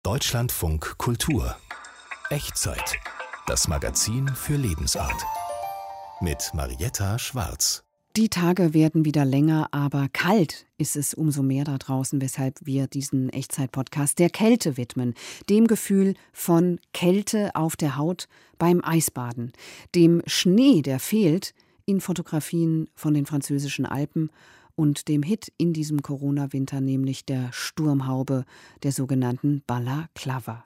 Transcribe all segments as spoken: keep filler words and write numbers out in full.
Deutschlandfunk Kultur. Echtzeit. Das Magazin für Lebensart. Mit Marietta Schwarz. Die Tage werden wieder länger, aber kalt ist es umso mehr da draußen, weshalb wir diesen Echtzeit-Podcast der Kälte widmen. Dem Gefühl von Kälte auf der Haut beim Eisbaden. Dem Schnee, der fehlt, in Fotografien von den französischen Alpen. Und dem Hit in diesem Corona-Winter, nämlich der Sturmhaube, der sogenannten Balaklava.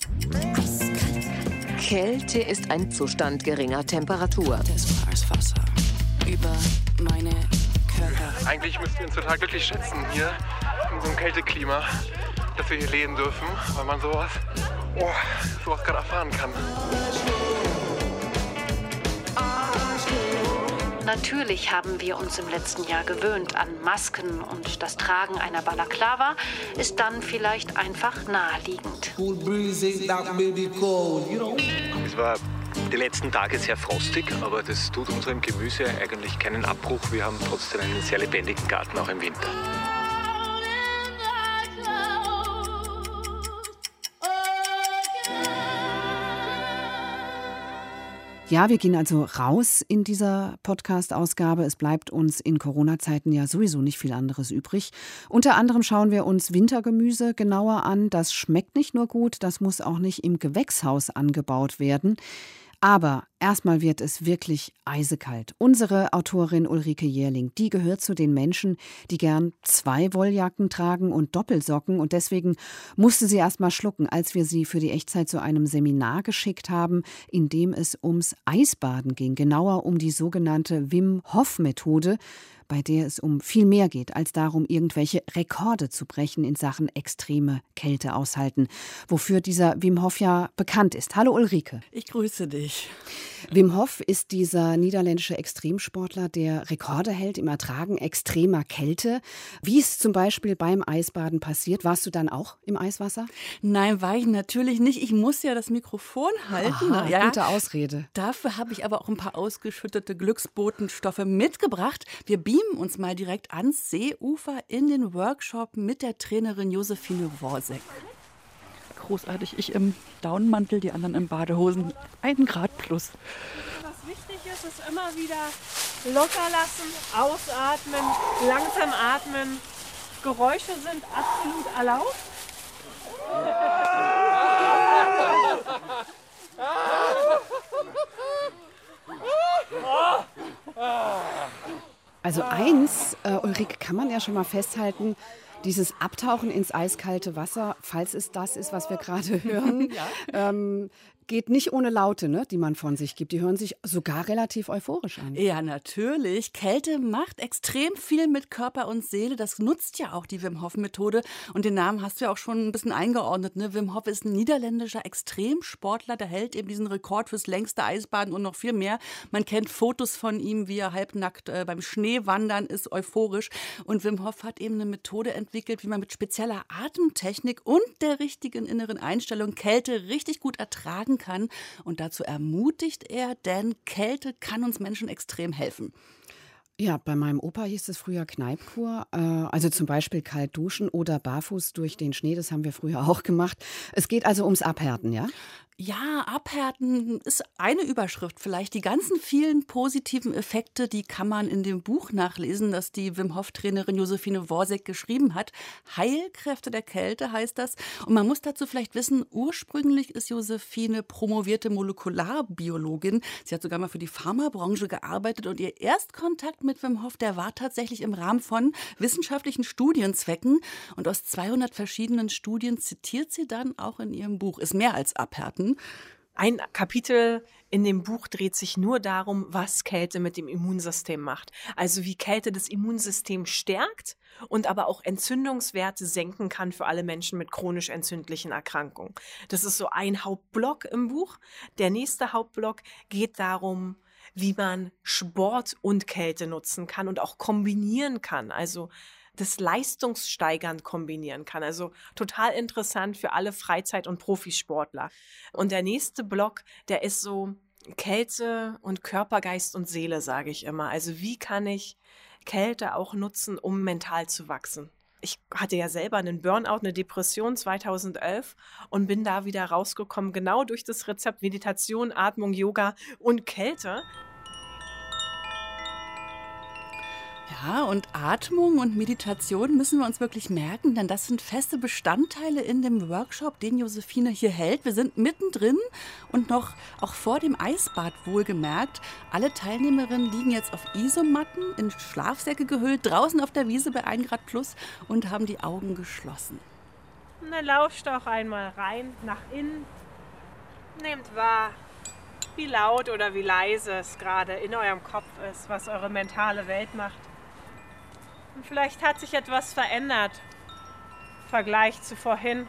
Kälte ist ein Zustand geringer Temperatur. Das Marswasser über meine Körper. Eigentlich müssten wir uns total glücklich schätzen hier in so einem Kälteklima, dass wir hier leben dürfen, weil man sowas, oh, sowas gerade erfahren kann. Natürlich haben wir uns im letzten Jahr gewöhnt an Masken und das Tragen einer Balaklava ist dann vielleicht einfach naheliegend. Es war die letzten Tage sehr frostig, aber das tut unserem Gemüse eigentlich keinen Abbruch. Wir haben trotzdem einen sehr lebendigen Garten auch im Winter. Ja, wir gehen also raus in dieser Podcast-Ausgabe. Es bleibt uns in Corona-Zeiten ja sowieso nicht viel anderes übrig. Unter anderem schauen wir uns Wintergemüse genauer an. Das schmeckt nicht nur gut, das muss auch nicht im Gewächshaus angebaut werden. Aber erstmal wird es wirklich eisekalt. Unsere Autorin Ulrike Jährling, die gehört zu den Menschen, die gern zwei Wolljacken tragen und Doppelsocken. Und deswegen musste sie erstmal schlucken, als wir sie für die Echtzeit zu einem Seminar geschickt haben, in dem es ums Eisbaden ging. Genauer um die sogenannte Wim-Hof-Methode, bei der es um viel mehr geht, als darum, irgendwelche Rekorde zu brechen in Sachen extreme Kälte aushalten, wofür dieser Wim Hof ja bekannt ist. Hallo Ulrike. Ich grüße dich. Wim Hof ist dieser niederländische Extremsportler, der Rekorde hält im Ertragen extremer Kälte. Wie es zum Beispiel beim Eisbaden passiert. Warst du dann auch im Eiswasser? Nein, war ich natürlich nicht. Ich muss ja das Mikrofon halten. Aha, ja. Gute Ausrede. Dafür habe ich aber auch ein paar ausgeschüttete Glücksbotenstoffe mitgebracht. Wir beamen uns mal direkt ans Seeufer in den Workshop mit der Trainerin Josephine Worsek. Großartig, ich im Daunenmantel, die anderen in Badehosen. Ein Grad plus. Was wichtig ist, ist immer wieder locker lassen, ausatmen, langsam atmen. Geräusche sind absolut erlaubt. Also eins, äh, Ulrike, kann man ja schon mal festhalten, dieses Abtauchen ins eiskalte Wasser, falls es das ist, was wir gerade hören, ja. ähm, geht nicht ohne Laute, ne, die man von sich gibt. Die hören sich sogar relativ euphorisch an. Ja, natürlich. Kälte macht extrem viel mit Körper und Seele. Das nutzt ja auch die Wim Hof-Methode. Und den Namen hast du ja auch schon ein bisschen eingeordnet. Ne? Wim Hof ist ein niederländischer Extremsportler. Der hält eben diesen Rekord fürs längste Eisbaden und noch viel mehr. Man kennt Fotos von ihm, wie er halbnackt äh, beim Schneewandern ist, euphorisch. Und Wim Hof hat eben eine Methode entwickelt, wie man mit spezieller Atemtechnik und der richtigen inneren Einstellung Kälte richtig gut ertragen kann. Und dazu ermutigt er, denn Kälte kann uns Menschen extrem helfen. Ja, bei meinem Opa hieß es früher Kneipkur, äh, also zum Beispiel kalt duschen oder barfuß durch den Schnee, das haben wir früher auch gemacht. Es geht also ums Abhärten, ja? Ja, abhärten ist eine Überschrift vielleicht. Die ganzen vielen positiven Effekte, die kann man in dem Buch nachlesen, das die Wim Hof-Trainerin Josephine Worsek geschrieben hat. Heilkräfte der Kälte heißt das. Und man muss dazu vielleicht wissen, ursprünglich ist Josephine promovierte Molekularbiologin. Sie hat sogar mal für die Pharmabranche gearbeitet und ihr Erstkontakt mit Wim Hof, der war tatsächlich im Rahmen von wissenschaftlichen Studienzwecken. Und aus zweihundert verschiedenen Studien zitiert sie dann auch in ihrem Buch. Ist mehr als Abhärten. Ein Kapitel in dem Buch dreht sich nur darum, was Kälte mit dem Immunsystem macht. Also wie Kälte das Immunsystem stärkt und aber auch Entzündungswerte senken kann für alle Menschen mit chronisch entzündlichen Erkrankungen. Das ist so ein Hauptblock im Buch. Der nächste Hauptblock geht darum, wie man Sport und Kälte nutzen kann und auch kombinieren kann. Also das leistungssteigernd kombinieren kann. Also total interessant für alle Freizeit- und Profisportler. Und der nächste Block, der ist so Kälte und Körper, Geist und Seele, sage ich immer. Also wie kann ich Kälte auch nutzen, um mental zu wachsen? Ich hatte ja selber einen Burnout, eine Depression zweitausendelf und bin da wieder rausgekommen, genau durch das Rezept Meditation, Atmung, Yoga und Kälte. Ja, und Atmung und Meditation müssen wir uns wirklich merken, denn das sind feste Bestandteile in dem Workshop, den Josephine hier hält. Wir sind mittendrin und noch auch vor dem Eisbad wohlgemerkt. Alle Teilnehmerinnen liegen jetzt auf Isomatten, in Schlafsäcke gehüllt, draußen auf der Wiese bei ein Grad plus und haben die Augen geschlossen. Na, lauscht doch einmal rein, nach innen. Nehmt wahr, wie laut oder wie leise es gerade in eurem Kopf ist, was eure mentale Welt macht. Und vielleicht hat sich etwas verändert im Vergleich zu vorhin.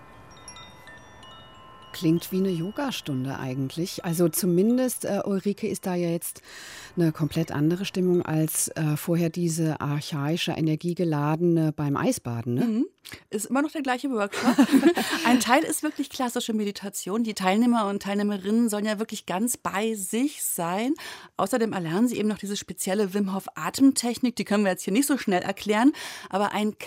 Klingt wie eine Yogastunde eigentlich. Also zumindest, äh, Ulrike, ist da ja jetzt eine komplett andere Stimmung als äh, vorher diese archaische, energiegeladene beim Eisbaden, ne? Mhm. Ist immer noch der gleiche Workshop. Ein Teil ist wirklich klassische Meditation. Die Teilnehmer und Teilnehmerinnen sollen ja wirklich ganz bei sich sein. Außerdem erlernen sie eben noch diese spezielle Wim Hof Atemtechnik. Die können wir jetzt hier nicht so schnell erklären. Aber ein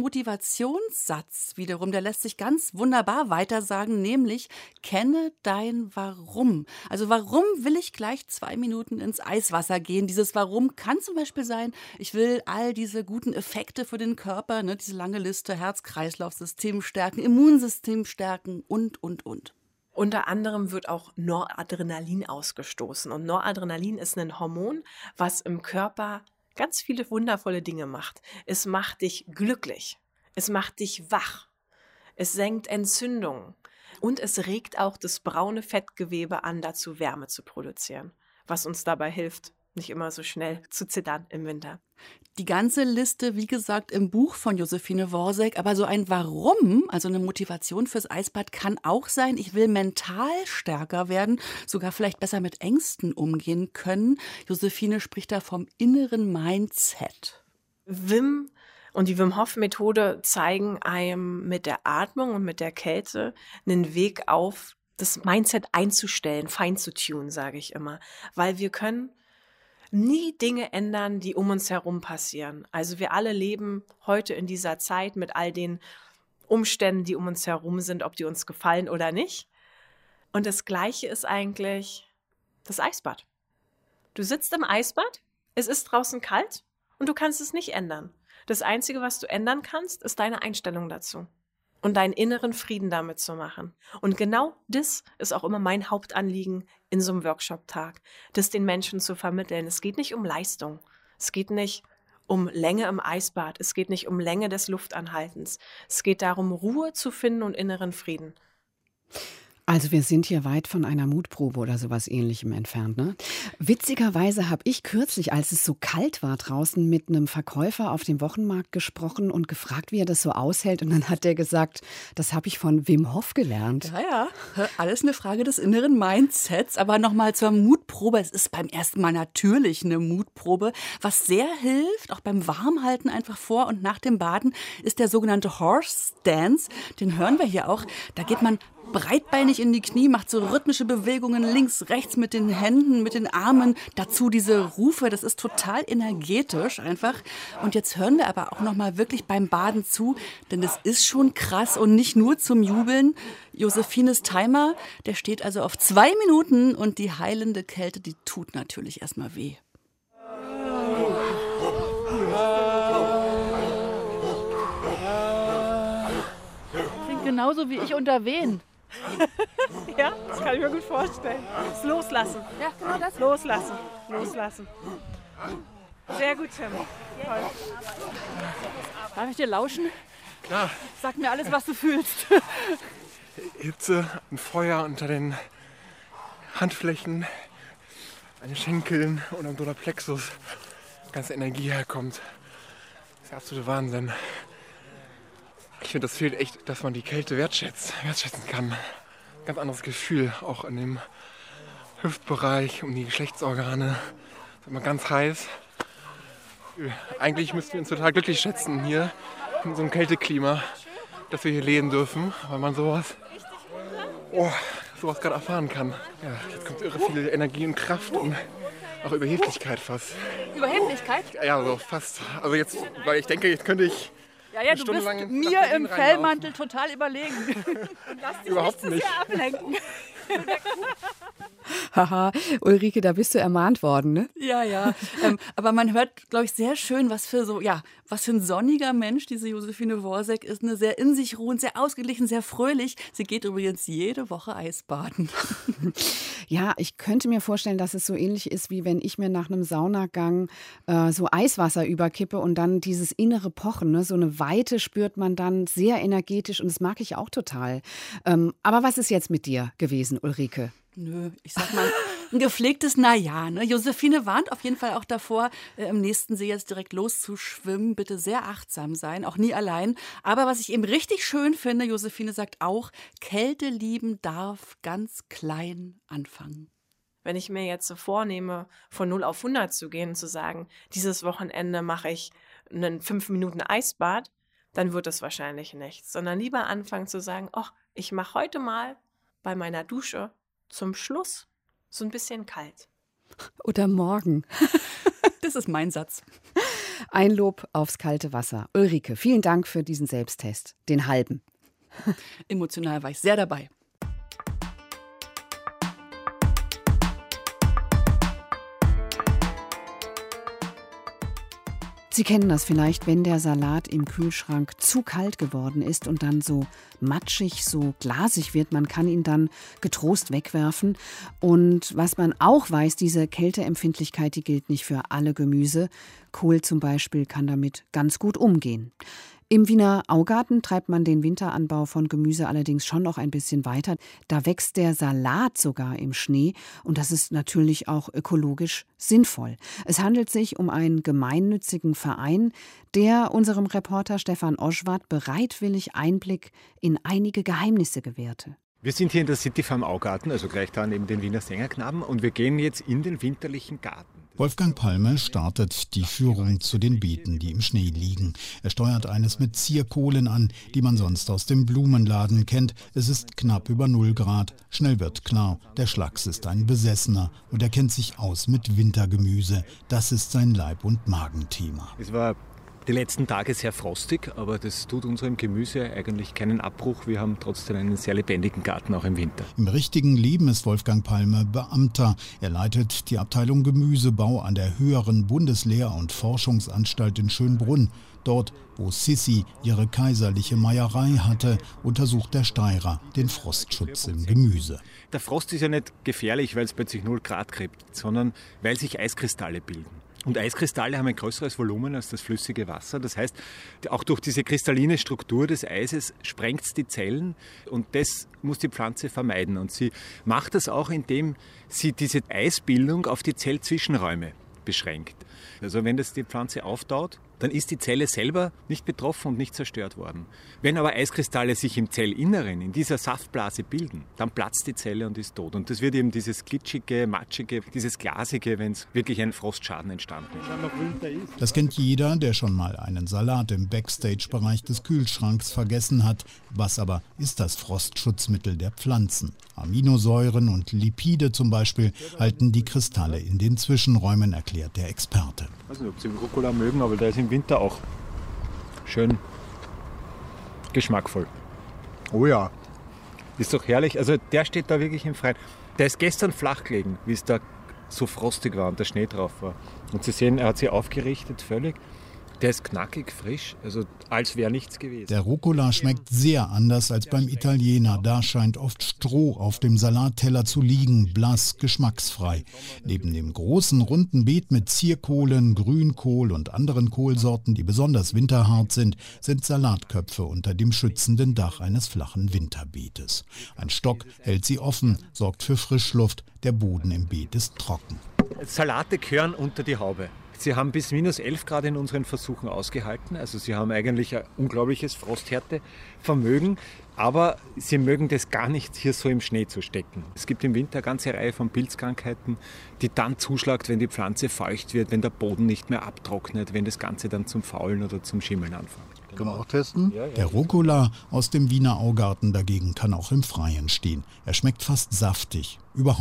Kernmotivationssatz wiederum, der lässt sich ganz wunderbar weitersagen, nämlich kenne dein Warum. Also warum will ich gleich zwei Minuten ins Eiswasser gehen? Dieses Warum kann zum Beispiel sein, ich will all diese guten Effekte für den Körper, ne, diese lange Liste, Herz-Kreislauf-System stärken, Immunsystem stärken und, und, und. Unter anderem wird auch Noradrenalin ausgestoßen. Und Noradrenalin ist ein Hormon, was im Körper ganz viele wundervolle Dinge macht. Es macht dich glücklich. Es macht dich wach. Es senkt Entzündungen. Und es regt auch das braune Fettgewebe an, dazu Wärme zu produzieren, was uns dabei hilft, nicht immer so schnell zu zittern im Winter. Die ganze Liste, wie gesagt, im Buch von Josephine Worsek. Aber so ein Warum, also eine Motivation fürs Eisbad, kann auch sein, ich will mental stärker werden, sogar vielleicht besser mit Ängsten umgehen können. Josephine spricht da vom inneren Mindset. Wim und die Wim Hof Methode zeigen einem mit der Atmung und mit der Kälte einen Weg auf, das Mindset einzustellen, fein zu tunen, sage ich immer. Weil wir können nie Dinge ändern, die um uns herum passieren. Also wir alle leben heute in dieser Zeit mit all den Umständen, die um uns herum sind, ob die uns gefallen oder nicht. Und das Gleiche ist eigentlich das Eisbad. Du sitzt im Eisbad, es ist draußen kalt und du kannst es nicht ändern. Das Einzige, was du ändern kannst, ist deine Einstellung dazu. Und deinen inneren Frieden damit zu machen. Und genau das ist auch immer mein Hauptanliegen in so einem Workshop-Tag, das den Menschen zu vermitteln. Es geht nicht um Leistung, es geht nicht um Länge im Eisbad, es geht nicht um Länge des Luftanhaltens. Es geht darum, Ruhe zu finden und inneren Frieden. Also wir sind hier weit von einer Mutprobe oder sowas Ähnlichem entfernt, ne? Witzigerweise habe ich kürzlich, als es so kalt war draußen, mit einem Verkäufer auf dem Wochenmarkt gesprochen und gefragt, wie er das so aushält. Und dann hat er gesagt, das habe ich von Wim Hof gelernt. Ja, ja, alles eine Frage des inneren Mindsets. Aber nochmal zur Mutprobe. Es ist beim ersten Mal natürlich eine Mutprobe. Was sehr hilft, auch beim Warmhalten einfach vor und nach dem Baden, ist der sogenannte Horse Dance. Den hören wir hier auch. Da geht man breitbeinig in die Knie, macht so rhythmische Bewegungen links, rechts mit den Händen, mit den Armen. Dazu diese Rufe, das ist total energetisch einfach. Und jetzt hören wir aber auch noch mal wirklich beim Baden zu, denn es ist schon krass und nicht nur zum Jubeln. Josephines Timer, der steht also auf zwei Minuten und die heilende Kälte, die tut natürlich erstmal weh. Klingt genauso wie ich unter Wehen. Ja, das kann ich mir gut vorstellen. Das Loslassen. Ja, genau das. Loslassen. Loslassen. Sehr gut, Tim. Toll. Darf ich dir lauschen? Klar. Sag mir alles, was du fühlst. Hitze, ein Feuer unter den Handflächen, an den Schenkeln und am Solarplexus. Ganze Energie herkommt. Das ist der absolute Wahnsinn. Ich finde, das fehlt echt, dass man die Kälte wertschätzt, wertschätzen kann. Ganz anderes Gefühl, auch in dem Hüftbereich, um die Geschlechtsorgane. Das ist immer ganz heiß. Eigentlich müssten wir uns total glücklich schätzen hier in so einem Kälteklima, dass wir hier leben dürfen, weil man sowas, oh, sowas gerade erfahren kann. Ja, jetzt kommt irre viel Energie und Kraft und auch Überheblichkeit fast. Überheblichkeit? Ja, so fast. Also jetzt, weil ich denke, jetzt könnte ich Ja, ja, du bist mir im Fellmantel total überlegen. Und lass dich Überhaupt nicht, nicht. Sehr ablenken. Haha, Ulrike, da bist du ermahnt worden, ne? Ja, ja. Ähm, aber man hört, glaube ich, sehr schön, was für so, ja, was für ein sonniger Mensch diese Josephine Worsek ist. Eine sehr in sich ruhend, sehr ausgeglichen, sehr fröhlich. Sie geht übrigens jede Woche Eisbaden. Ja, ich könnte mir vorstellen, dass es so ähnlich ist, wie wenn ich mir nach einem Saunagang äh, so Eiswasser überkippe und dann dieses innere Pochen, ne? So eine Weite spürt man dann, sehr energetisch, und das mag ich auch total. Ähm, aber was ist jetzt mit dir gewesen, Ulrike? Nö, ich sag mal, ein gepflegtes Naja. Ne? Josephine warnt auf jeden Fall auch davor, äh, im nächsten See jetzt direkt loszuschwimmen. Bitte sehr achtsam sein, auch nie allein. Aber was ich eben richtig schön finde, Josephine sagt auch, Kälte lieben darf ganz klein anfangen. Wenn ich mir jetzt so vornehme, von null auf hundert zu gehen und zu sagen, dieses Wochenende mache ich einen fünf Minuten Eisbad, dann wird das wahrscheinlich nichts. Sondern lieber anfangen zu sagen, ach, ich mache heute mal bei meiner Dusche zum Schluss so ein bisschen kalt. Oder morgen. Das ist mein Satz. Ein Lob aufs kalte Wasser. Ulrike, vielen Dank für diesen Selbsttest. Den halben. Emotional war ich sehr dabei. Sie kennen das vielleicht, wenn der Salat im Kühlschrank zu kalt geworden ist und dann so matschig, so glasig wird. Man kann ihn dann getrost wegwerfen. Und was man auch weiß, diese Kälteempfindlichkeit, die gilt nicht für alle Gemüse. Kohl zum Beispiel kann damit ganz gut umgehen. Im Wiener Augarten treibt man den Winteranbau von Gemüse allerdings schon noch ein bisschen weiter. Da wächst der Salat sogar im Schnee und das ist natürlich auch ökologisch sinnvoll. Es handelt sich um einen gemeinnützigen Verein, der unserem Reporter Stefan Oschwart bereitwillig Einblick in einige Geheimnisse gewährte. Wir sind hier in der City Farm Augarten, also gleich da neben den Wiener Sängerknaben, und wir gehen jetzt in den winterlichen Garten. Wolfgang Palme startet die Führung zu den Beeten, die im Schnee liegen. Er steuert eines mit Zierkohlen an, die man sonst aus dem Blumenladen kennt. Es ist knapp über null Grad. Schnell wird klar, der Schlacks ist ein Besessener und er kennt sich aus mit Wintergemüse. Das ist sein Leib- und Magenthema. Es war die letzten Tage sehr frostig, aber das tut unserem Gemüse eigentlich keinen Abbruch. Wir haben trotzdem einen sehr lebendigen Garten, auch im Winter. Im richtigen Leben ist Wolfgang Palme Beamter. Er leitet die Abteilung Gemüsebau an der Höheren Bundeslehr- und Forschungsanstalt in Schönbrunn. Dort, wo Sissi ihre kaiserliche Meierei hatte, untersucht der Steirer den Frostschutz im Gemüse. Der Frost ist ja nicht gefährlich, weil es plötzlich null Grad kriegt, sondern weil sich Eiskristalle bilden. Und Eiskristalle haben ein größeres Volumen als das flüssige Wasser. Das heißt, auch durch diese kristalline Struktur des Eises sprengt es die Zellen und das muss die Pflanze vermeiden. Und sie macht das auch, indem sie diese Eisbildung auf die Zellzwischenräume beschränkt. Also wenn das die Pflanze auftaut, dann ist die Zelle selber nicht betroffen und nicht zerstört worden. Wenn aber Eiskristalle sich im Zellinneren, in dieser Saftblase bilden, dann platzt die Zelle und ist tot. Und das wird eben dieses glitschige, matschige, dieses glasige, wenn es wirklich ein Frostschaden entstanden ist. Das kennt jeder, der schon mal einen Salat im Backstage-Bereich des Kühlschranks vergessen hat. Was aber ist das Frostschutzmittel der Pflanzen? Aminosäuren und Lipide zum Beispiel halten die Kristalle in den Zwischenräumen, erklärt der Experte. Ich weiß nicht, ob Sie den Rucola mögen, aber der ist im Winter auch schön geschmackvoll. Oh ja. Ist doch herrlich. Also der steht da wirklich im Freien. Der ist gestern flach gelegen, wie es da so frostig war und der Schnee drauf war. Und Sie sehen, er hat sich aufgerichtet völlig. Der ist knackig, frisch, also als wäre nichts gewesen. Der Rucola schmeckt sehr anders als beim Italiener. Da scheint oft Stroh auf dem Salatteller zu liegen, blass, geschmacksfrei. Neben dem großen runden Beet mit Zierkohlen, Grünkohl und anderen Kohlsorten, die besonders winterhart sind, sind Salatköpfe unter dem schützenden Dach eines flachen Winterbeetes. Ein Stock hält sie offen, sorgt für Frischluft. Der Boden im Beet ist trocken. Salate gehören unter die Haube. Sie haben bis minus elf Grad in unseren Versuchen ausgehalten. Also sie haben eigentlich ein unglaubliches Frosthärtevermögen. Aber sie mögen das gar nicht, hier so im Schnee zu stecken. Es gibt im Winter eine ganze Reihe von Pilzkrankheiten, die dann zuschlagt, wenn die Pflanze feucht wird, wenn der Boden nicht mehr abtrocknet, wenn das Ganze dann zum Faulen oder zum Schimmeln anfängt. Können wir auch testen? Der Rucola aus dem Wiener Augarten dagegen kann auch im Freien stehen. Er schmeckt fast saftig. Überhaupt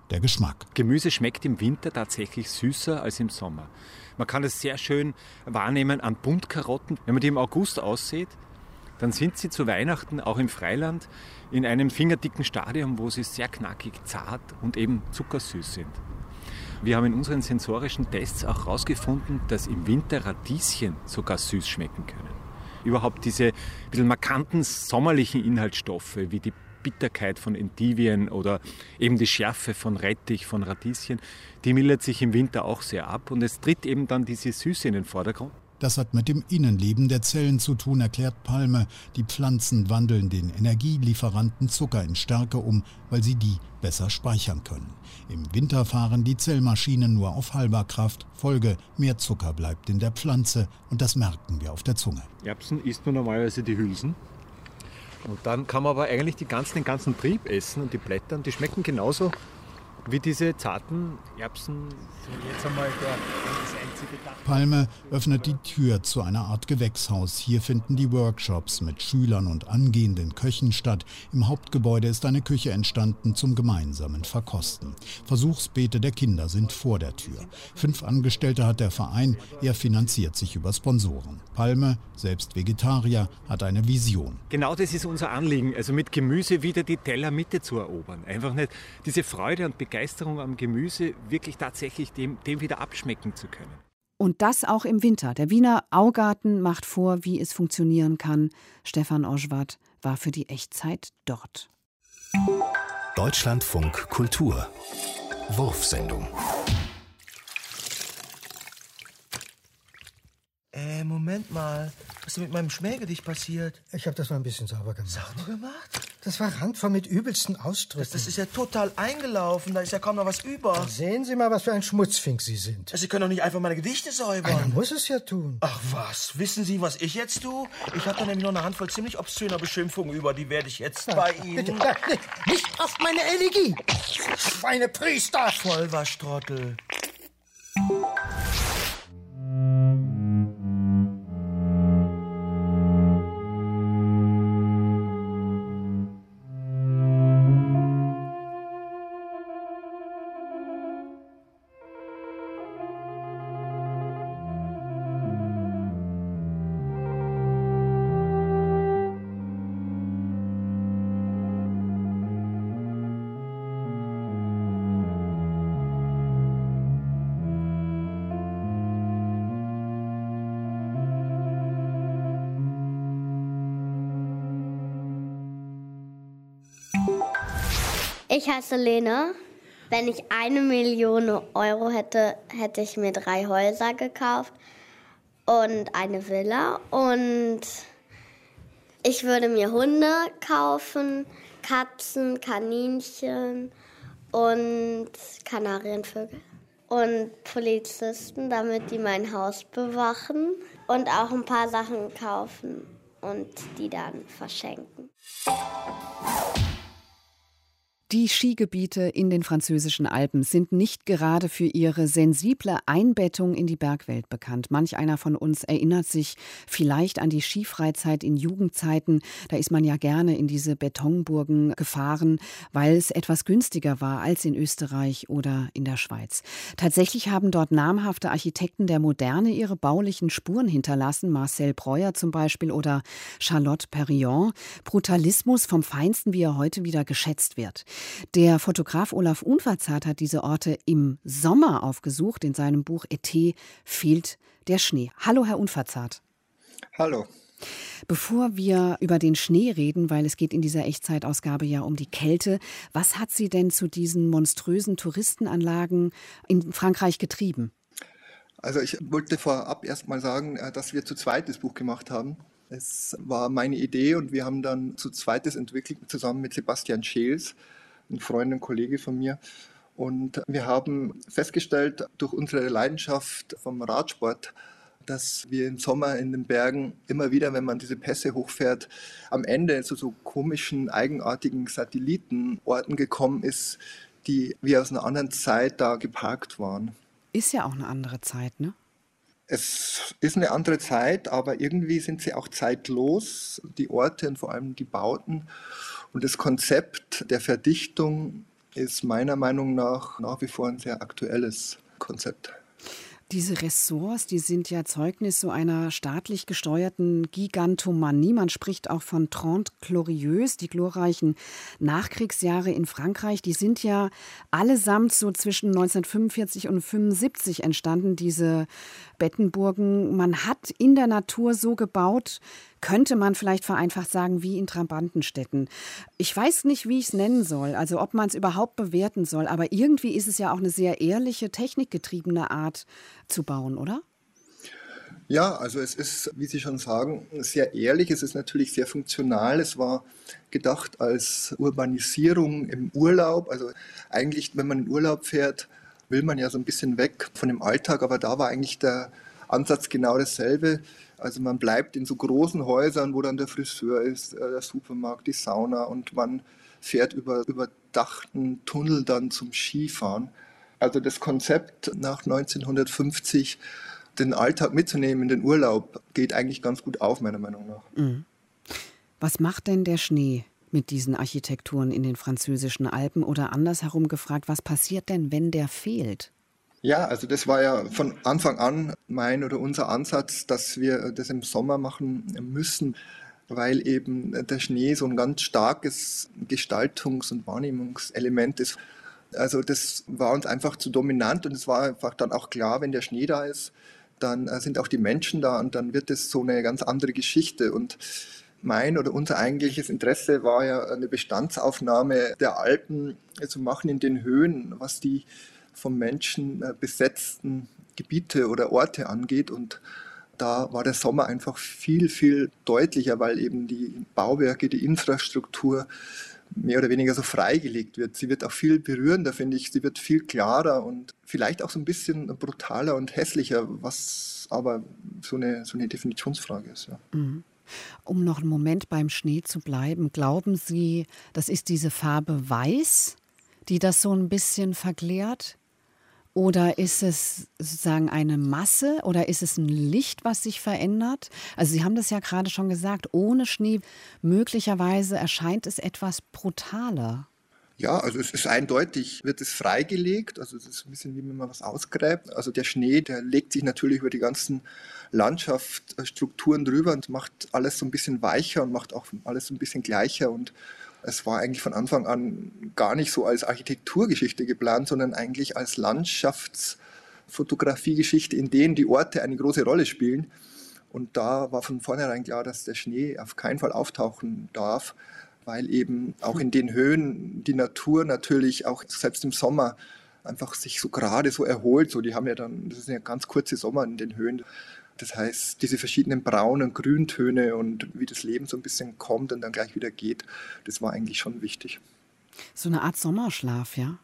der Geschmack. Gemüse schmeckt im Winter tatsächlich süßer als im Sommer. Man kann es sehr schön wahrnehmen an Buntkarotten. Wenn man die im August aussät, dann sind sie zu Weihnachten auch im Freiland in einem fingerdicken Stadium, wo sie sehr knackig, zart und eben zuckersüß sind. Wir haben in unseren sensorischen Tests auch herausgefunden, dass im Winter Radieschen sogar süß schmecken können. Überhaupt diese bisschen markanten sommerlichen Inhaltsstoffe wie die Bitterkeit von Endivien oder eben die Schärfe von Rettich, von Radieschen, die mildert sich im Winter auch sehr ab und es tritt eben dann diese Süße in den Vordergrund. Das hat mit dem Innenleben der Zellen zu tun, erklärt Palme. Die Pflanzen wandeln den Energielieferanten Zucker in Stärke um, weil sie die besser speichern können. Im Winter fahren die Zellmaschinen nur auf halber Kraft. Folge: mehr Zucker bleibt in der Pflanze und das merken wir auf der Zunge. Erbsen isst man normalerweise die Hülsen. Und dann kann man aber eigentlich die ganzen, den ganzen Trieb essen und die Blätter, und die schmecken genauso wie diese zarten Erbsen. Jetzt einmal der, das einzige Dach. Palme öffnet die Tür zu einer Art Gewächshaus. Hier finden die Workshops mit Schülern und angehenden Köchen statt. Im Hauptgebäude ist eine Küche entstanden zum gemeinsamen Verkosten. Versuchsbeete der Kinder sind vor der Tür. Fünf Angestellte hat der Verein, er finanziert sich über Sponsoren. Palme, selbst Vegetarier, hat eine Vision. Genau das ist unser Anliegen, also mit Gemüse wieder die Tellermitte zu erobern. Einfach nicht diese Freude und Begeisterung am Gemüse wirklich tatsächlich dem, dem wieder abschmecken zu können. Und das auch im Winter. Der Wiener Augarten macht vor, wie es funktionieren kann. Stefan Oschwart war für die Echtzeit dort. Deutschlandfunk Kultur. Wurfsendung. Äh, Moment mal. Was ist denn mit meinem Schmähgedicht passiert? Ich habe das mal ein bisschen sauber gemacht. Sauber gemacht? Das war randvoll mit übelsten Ausdrücken. Das, das ist ja total eingelaufen. Da ist ja kaum noch was über. Dann sehen Sie mal, was für ein Schmutzfink Sie sind. Sie können doch nicht einfach meine Gedichte säubern. Einer muss es ja tun. Ach was, wissen Sie, was ich jetzt tue? Ich habe da nämlich noch eine Handvoll ziemlich obszöner Beschimpfungen über. Die werde ich jetzt Nein, bei Ihnen... Bitte, nein, nicht auf meine Elegie! Schweinepriester! Vollwaschtrottel. Ich heiße Lena. Wenn ich eine Million Euro hätte, hätte ich mir drei Häuser gekauft und eine Villa. Und ich würde mir Hunde kaufen, Katzen, Kaninchen und Kanarienvögel. Und Polizisten, damit die mein Haus bewachen. Und auch ein paar Sachen kaufen und die dann verschenken. Die Skigebiete in den französischen Alpen sind nicht gerade für ihre sensible Einbettung in die Bergwelt bekannt. Manch einer von uns erinnert sich vielleicht an die Skifreizeit in Jugendzeiten. Da ist man ja gerne in diese Betonburgen gefahren, weil es etwas günstiger war als in Österreich oder in der Schweiz. Tatsächlich haben dort namhafte Architekten der Moderne ihre baulichen Spuren hinterlassen. Marcel Breuer zum Beispiel oder Charlotte Perriand. Brutalismus vom Feinsten, wie er heute wieder geschätzt wird. Der Fotograf Olaf Unverzart hat diese Orte im Sommer aufgesucht. In seinem Buch Été fehlt der Schnee. Hallo, Herr Unverzart. Hallo. Bevor wir über den Schnee reden, weil es geht in dieser Echtzeitausgabe ja um die Kälte, was hat Sie denn zu diesen monströsen Touristenanlagen in Frankreich getrieben? Also ich wollte vorab erst mal sagen, dass wir zu zweit das Buch gemacht haben. Es war meine Idee und wir haben dann zu zweit das entwickelt, zusammen mit Sebastian Scheels, ein Freund und Kollege von mir. Und wir haben festgestellt, durch unsere Leidenschaft vom Radsport, dass wir im Sommer in den Bergen immer wieder, wenn man diese Pässe hochfährt, am Ende zu so komischen, eigenartigen Satellitenorten gekommen ist, die wie aus einer anderen Zeit da geparkt waren. Ist ja auch eine andere Zeit, ne? Es ist eine andere Zeit, aber irgendwie sind sie auch zeitlos, die Orte und vor allem die Bauten. Und das Konzept der Verdichtung ist meiner Meinung nach nach wie vor ein sehr aktuelles Konzept. Diese Ressorts, die sind ja Zeugnis so einer staatlich gesteuerten Gigantomanie. Man spricht auch von Trente Glorieuses, die glorreichen Nachkriegsjahre in Frankreich. Die sind ja allesamt so zwischen neunzehnhundertfünfundvierzig und fünfundsiebzig entstanden, diese Bettenburgen. Man hat in der Natur so gebaut, könnte man vielleicht vereinfacht sagen, wie in Trabantenstädten. Ich weiß nicht, wie ich es nennen soll, also ob man es überhaupt bewerten soll, aber irgendwie ist es ja auch eine sehr ehrliche, technikgetriebene Art zu bauen, oder? Ja, also es ist, wie Sie schon sagen, sehr ehrlich, es ist natürlich sehr funktional. Es war gedacht als Urbanisierung im Urlaub. Also eigentlich, wenn man in Urlaub fährt, will man ja so ein bisschen weg von dem Alltag, aber da war eigentlich der Ansatz genau dasselbe. Also man bleibt in so großen Häusern, wo dann der Friseur ist, der Supermarkt, die Sauna und man fährt über überdachten Tunnel dann zum Skifahren. Also das Konzept nach neunzehnhundertfünfzig, den Alltag mitzunehmen in den Urlaub, geht eigentlich ganz gut auf, meiner Meinung nach. Mhm. Was macht denn der Schnee mit diesen Architekturen in den französischen Alpen? Oder andersherum gefragt, was passiert denn, wenn der fehlt? Ja, also das war ja von Anfang an mein oder unser Ansatz, dass wir das im Sommer machen müssen, weil eben der Schnee so ein ganz starkes Gestaltungs- und Wahrnehmungselement ist. Also das war uns einfach zu dominant und es war einfach dann auch klar, wenn der Schnee da ist, dann sind auch die Menschen da und dann wird es so eine ganz andere Geschichte. Und mein oder unser eigentliches Interesse war ja eine Bestandsaufnahme der Alpen zu machen in den Höhen, was die vom Menschen besetzten Gebiete oder Orte angeht. Und da war der Sommer einfach viel, viel deutlicher, weil eben die Bauwerke, die Infrastruktur mehr oder weniger so freigelegt wird. Sie wird auch viel berührender, finde ich. Sie wird viel klarer und vielleicht auch so ein bisschen brutaler und hässlicher, was aber so eine, so eine Definitionsfrage ist. Ja. Mhm. Um noch einen Moment beim Schnee zu bleiben, glauben Sie, das ist diese Farbe Weiß, die das so ein bisschen verklärt? Oder ist es sozusagen eine Masse oder ist es ein Licht, was sich verändert? Also Sie haben das ja gerade schon gesagt, ohne Schnee möglicherweise erscheint es etwas brutaler. Ja, also es ist eindeutig, wird es freigelegt, also es ist ein bisschen wie wenn man was ausgräbt. Also der Schnee, der legt sich natürlich über die ganzen Landschaftsstrukturen drüber und macht alles so ein bisschen weicher und macht auch alles so ein bisschen gleicher und es war eigentlich von Anfang an gar nicht so als Architekturgeschichte geplant, sondern eigentlich als Landschaftsfotografiegeschichte, in denen die Orte eine große Rolle spielen. Und da war von vornherein klar, dass der Schnee auf keinen Fall auftauchen darf, weil eben auch in den Höhen die Natur natürlich auch selbst im Sommer einfach sich so gerade so erholt. So, die haben ja dann, das sind ja ganz kurze Sommer in den Höhen. Das heißt, diese verschiedenen Braun- und Grüntöne und wie das Leben so ein bisschen kommt und dann gleich wieder geht, das war eigentlich schon wichtig. So eine Art Sommerschlaf, ja?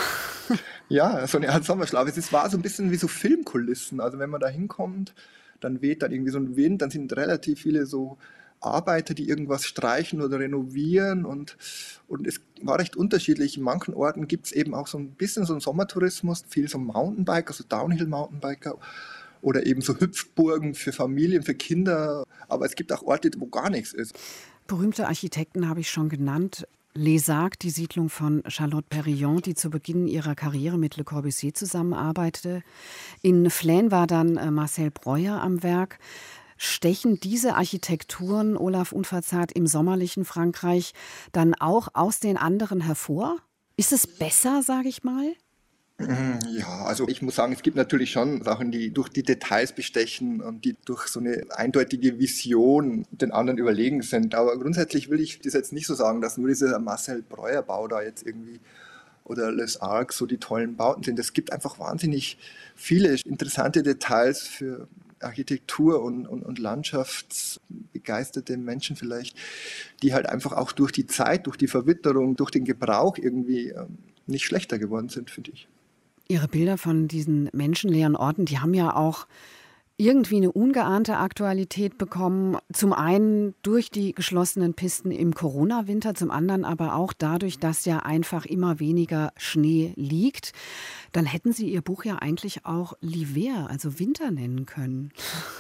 Ja, so eine Art Sommerschlaf. Es war so ein bisschen wie so Filmkulissen. Also wenn man da hinkommt, dann weht dann irgendwie so ein Wind, dann sind relativ viele so Arbeiter, die irgendwas streichen oder renovieren und, und es war recht unterschiedlich. In manchen Orten gibt es eben auch so ein bisschen so einen Sommertourismus, viel so Mountainbiker, also Downhill-Mountainbiker. Oder eben so Hüpfburgen für Familien, für Kinder. Aber es gibt auch Orte, wo gar nichts ist. Berühmte Architekten habe ich schon genannt. Les Arcs, die Siedlung von Charlotte Perillon, die zu Beginn ihrer Karriere mit Le Corbusier zusammenarbeitete. In Flaine war dann Marcel Breuer am Werk. Stechen diese Architekturen, Olaf Unverzart, im sommerlichen Frankreich dann auch aus den anderen hervor? Ist es besser, sage ich mal? Ja, also ich muss sagen, es gibt natürlich schon Sachen, die durch die Details bestechen und die durch so eine eindeutige Vision den anderen überlegen sind. Aber grundsätzlich will ich das jetzt nicht so sagen, dass nur dieser Marcel Breuer Bau da jetzt irgendwie oder Les Arcs so die tollen Bauten sind. Es gibt einfach wahnsinnig viele interessante Details für Architektur und, und, und landschaftsbegeisterte Menschen vielleicht, die halt einfach auch durch die Zeit, durch die Verwitterung, durch den Gebrauch irgendwie ähm, nicht schlechter geworden sind, finde ich. Ihre Bilder von diesen menschenleeren Orten, die haben ja auch irgendwie eine ungeahnte Aktualität bekommen. Zum einen durch die geschlossenen Pisten im Corona-Winter, zum anderen aber auch dadurch, dass ja einfach immer weniger Schnee liegt. Dann hätten Sie Ihr Buch ja eigentlich auch l'hiver, also Winter nennen können.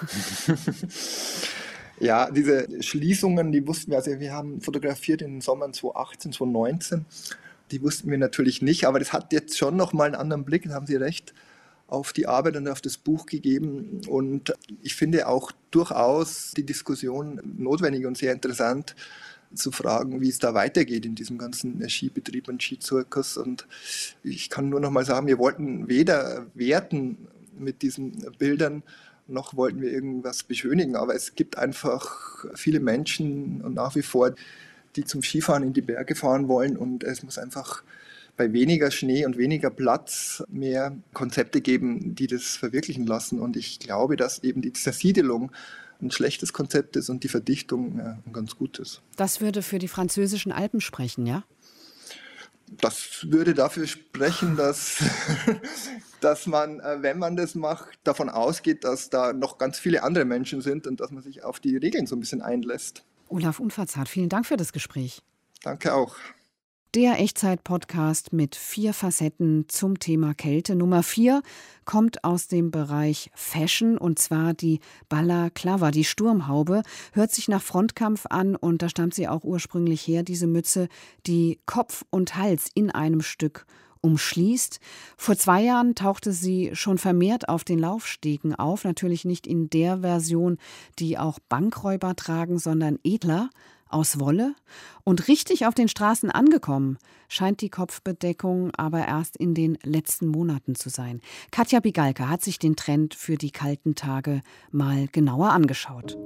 Ja, diese Schließungen, die wussten wir, also wir haben fotografiert in den Sommern zweitausendachtzehn, zweitausendneunzehn Die wussten wir natürlich nicht, aber das hat jetzt schon nochmal einen anderen Blick, da haben Sie recht, auf die Arbeit und auf das Buch gegeben. Und ich finde auch durchaus die Diskussion notwendig und sehr interessant, zu fragen, wie es da weitergeht in diesem ganzen Skibetrieb und Skizirkus. Und ich kann nur noch mal sagen, wir wollten weder werten mit diesen Bildern, noch wollten wir irgendwas beschönigen. Aber es gibt einfach viele Menschen und nach wie vor, die zum Skifahren in die Berge fahren wollen. Und es muss einfach bei weniger Schnee und weniger Platz mehr Konzepte geben, die das verwirklichen lassen. Und ich glaube, dass eben die Zersiedelung ein schlechtes Konzept ist und die Verdichtung ja, ein ganz gutes. Das würde für die französischen Alpen sprechen, ja? Das würde dafür sprechen, dass, dass man, wenn man das macht, davon ausgeht, dass da noch ganz viele andere Menschen sind und dass man sich auf die Regeln so ein bisschen einlässt. Olaf Unverzart, vielen Dank für das Gespräch. Danke auch. Der Echtzeit-Podcast mit vier Facetten zum Thema Kälte. Nummer vier kommt aus dem Bereich Fashion, und zwar die Balaklava, die Sturmhaube. Hört sich nach Frontkampf an und da stammt sie auch ursprünglich her, diese Mütze, die Kopf und Hals in einem Stück umschließt. Vor zwei Jahren tauchte sie schon vermehrt auf den Laufstegen auf. Natürlich nicht in der Version, die auch Bankräuber tragen, sondern edler, aus Wolle. Und richtig auf den Straßen angekommen scheint die Kopfbedeckung aber erst in den letzten Monaten zu sein. Katja Bigalka hat sich den Trend für die kalten Tage mal genauer angeschaut.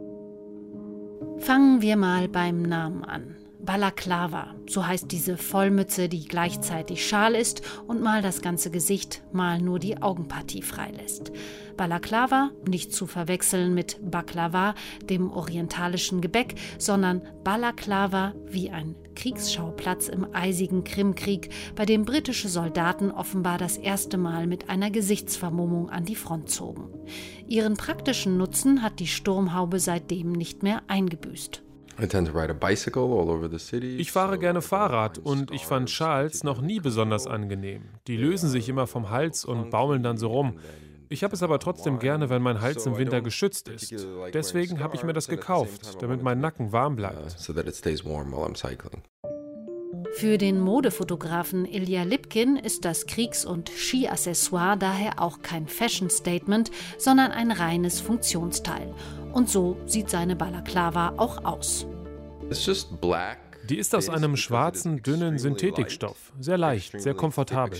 Fangen wir mal beim Namen an. Balaklava, so heißt diese Vollmütze, die gleichzeitig Schal ist und mal das ganze Gesicht, mal nur die Augenpartie freilässt. Balaklava, nicht zu verwechseln mit Baklava, dem orientalischen Gebäck, sondern Balaklava wie ein Kriegsschauplatz im eisigen Krimkrieg, bei dem britische Soldaten offenbar das erste Mal mit einer Gesichtsvermummung an die Front zogen. Ihren praktischen Nutzen hat die Sturmhaube seitdem nicht mehr eingebüßt. Ich fahre gerne Fahrrad und ich fand Schals noch nie besonders angenehm. Die lösen sich immer vom Hals und baumeln dann so rum. Ich habe es aber trotzdem gerne, wenn mein Hals im Winter geschützt ist. Deswegen habe ich mir das gekauft, damit mein Nacken warm bleibt. Für den Modefotografen Ilja Lipkin ist das Kriegs- und Skiaccessoire daher auch kein Fashion-Statement, sondern ein reines Funktionsteil. Und so sieht seine Balaklava auch aus. Die ist aus einem schwarzen, dünnen Synthetikstoff. Sehr leicht, sehr komfortabel.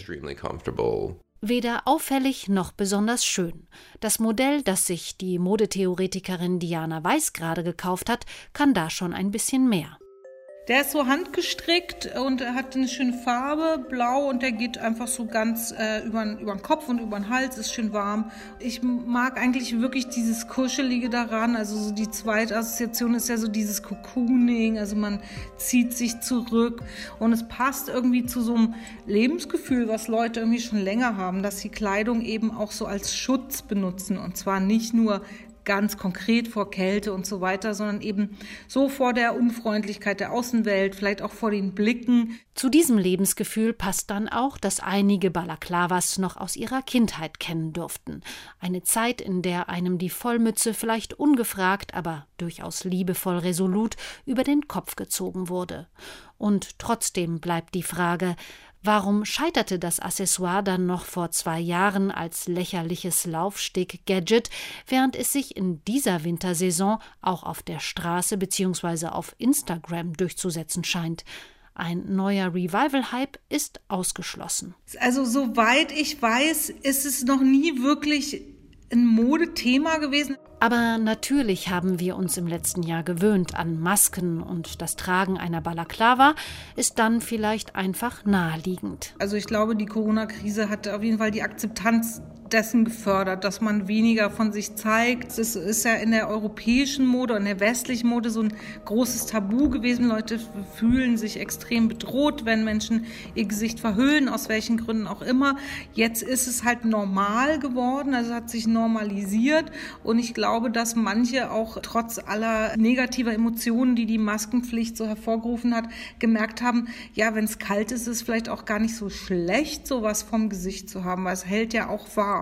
Weder auffällig noch besonders schön. Das Modell, das sich die Modetheoretikerin Diana Weiß gerade gekauft hat, kann da schon ein bisschen mehr. Der ist so handgestrickt und hat eine schöne Farbe, blau, und der geht einfach so ganz äh, über den Kopf und über den Hals, ist schön warm. Ich mag eigentlich wirklich dieses Kuschelige daran, also so die zweite Assoziation ist ja so dieses Cocooning, also man zieht sich zurück und es passt irgendwie zu so einem Lebensgefühl, was Leute irgendwie schon länger haben, dass sie Kleidung eben auch so als Schutz benutzen, und zwar nicht nur ganz konkret vor Kälte und so weiter, sondern eben so vor der Unfreundlichkeit der Außenwelt, vielleicht auch vor den Blicken. Zu diesem Lebensgefühl passt dann auch, dass einige Balaklavas noch aus ihrer Kindheit kennen durften. Eine Zeit, in der einem die Vollmütze vielleicht ungefragt, aber durchaus liebevoll resolut über den Kopf gezogen wurde. Und trotzdem bleibt die Frage: Warum scheiterte das Accessoire dann noch vor zwei Jahren als lächerliches Laufsteg-Gadget, während es sich in dieser Wintersaison auch auf der Straße bzw. auf Instagram durchzusetzen scheint? Ein neuer Revival-Hype ist ausgeschlossen. Also soweit ich weiß, ist es noch nie wirklich ein Modethema gewesen. Aber natürlich haben wir uns im letzten Jahr gewöhnt an Masken, und das Tragen einer Balaklava ist dann vielleicht einfach naheliegend. Also ich glaube, die Corona-Krise hat auf jeden Fall die Akzeptanz dessen gefördert, dass man weniger von sich zeigt. Es ist ja in der europäischen Mode und der westlichen Mode so ein großes Tabu gewesen. Leute fühlen sich extrem bedroht, wenn Menschen ihr Gesicht verhüllen, aus welchen Gründen auch immer. Jetzt ist es halt normal geworden, also hat sich normalisiert, und ich glaube, dass manche auch trotz aller negativer Emotionen, die die Maskenpflicht so hervorgerufen hat, gemerkt haben, ja, wenn es kalt ist, ist es vielleicht auch gar nicht so schlecht, sowas vom Gesicht zu haben, weil es hält ja auch warm.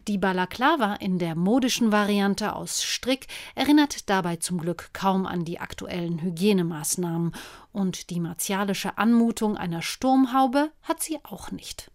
Die Balaklava in der modischen Variante aus Strick erinnert dabei zum Glück kaum an die aktuellen Hygienemaßnahmen. Und die martialische Anmutung einer Sturmhaube hat sie auch nicht.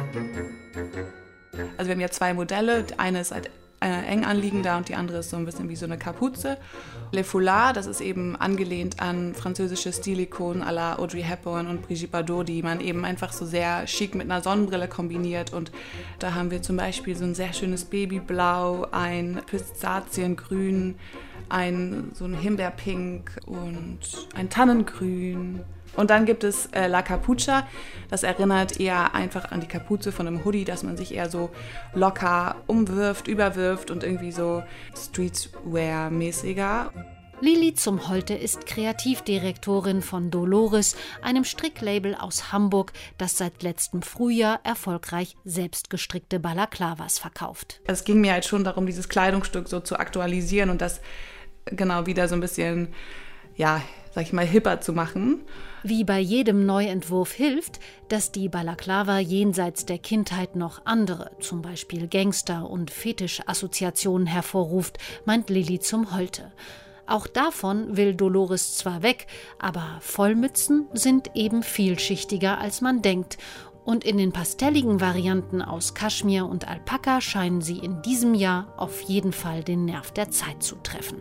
Also wir haben ja zwei Modelle. Die eine ist halt äh, eng anliegender und die andere ist so ein bisschen wie so eine Kapuze. Le Foulard, das ist eben angelehnt an französische Stilikonen à la Audrey Hepburn und Brigitte Bardot, die man eben einfach so sehr chic mit einer Sonnenbrille kombiniert. Und da haben wir zum Beispiel so ein sehr schönes Babyblau, ein Pistaziengrün, ein so ein Himbeerpink und ein Tannengrün. Und dann gibt es äh, La Capucha, das erinnert eher einfach an die Kapuze von einem Hoodie, dass man sich eher so locker umwirft, überwirft und irgendwie so Streetwear-mäßiger. Lili zum Holte ist Kreativdirektorin von Dolores, einem Stricklabel aus Hamburg, das seit letztem Frühjahr erfolgreich selbstgestrickte Balaklavas verkauft. Es ging mir halt schon darum, dieses Kleidungsstück so zu aktualisieren und das genau wieder so ein bisschen, ja, sag ich mal, hipper zu machen. Wie bei jedem Neuentwurf hilft, dass die Balaklava jenseits der Kindheit noch andere, zum Beispiel Gangster- und Fetischassoziationen hervorruft, meint Lili zum Holte. Auch davon will Dolores zwar weg, aber Vollmützen sind eben vielschichtiger, als man denkt. Und in den pastelligen Varianten aus Kaschmir und Alpaka scheinen sie in diesem Jahr auf jeden Fall den Nerv der Zeit zu treffen.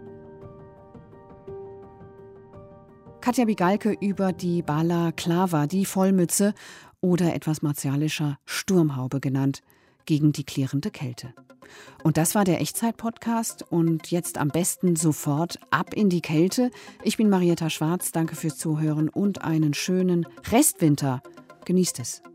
Katja Bigalke über die Balaklava, die Vollmütze oder etwas martialischer Sturmhaube genannt, gegen die klirrende Kälte. Und das war der Echtzeit-Podcast und jetzt am besten sofort ab in die Kälte. Ich bin Marietta Schwarz, danke fürs Zuhören und einen schönen Restwinter. Genießt es.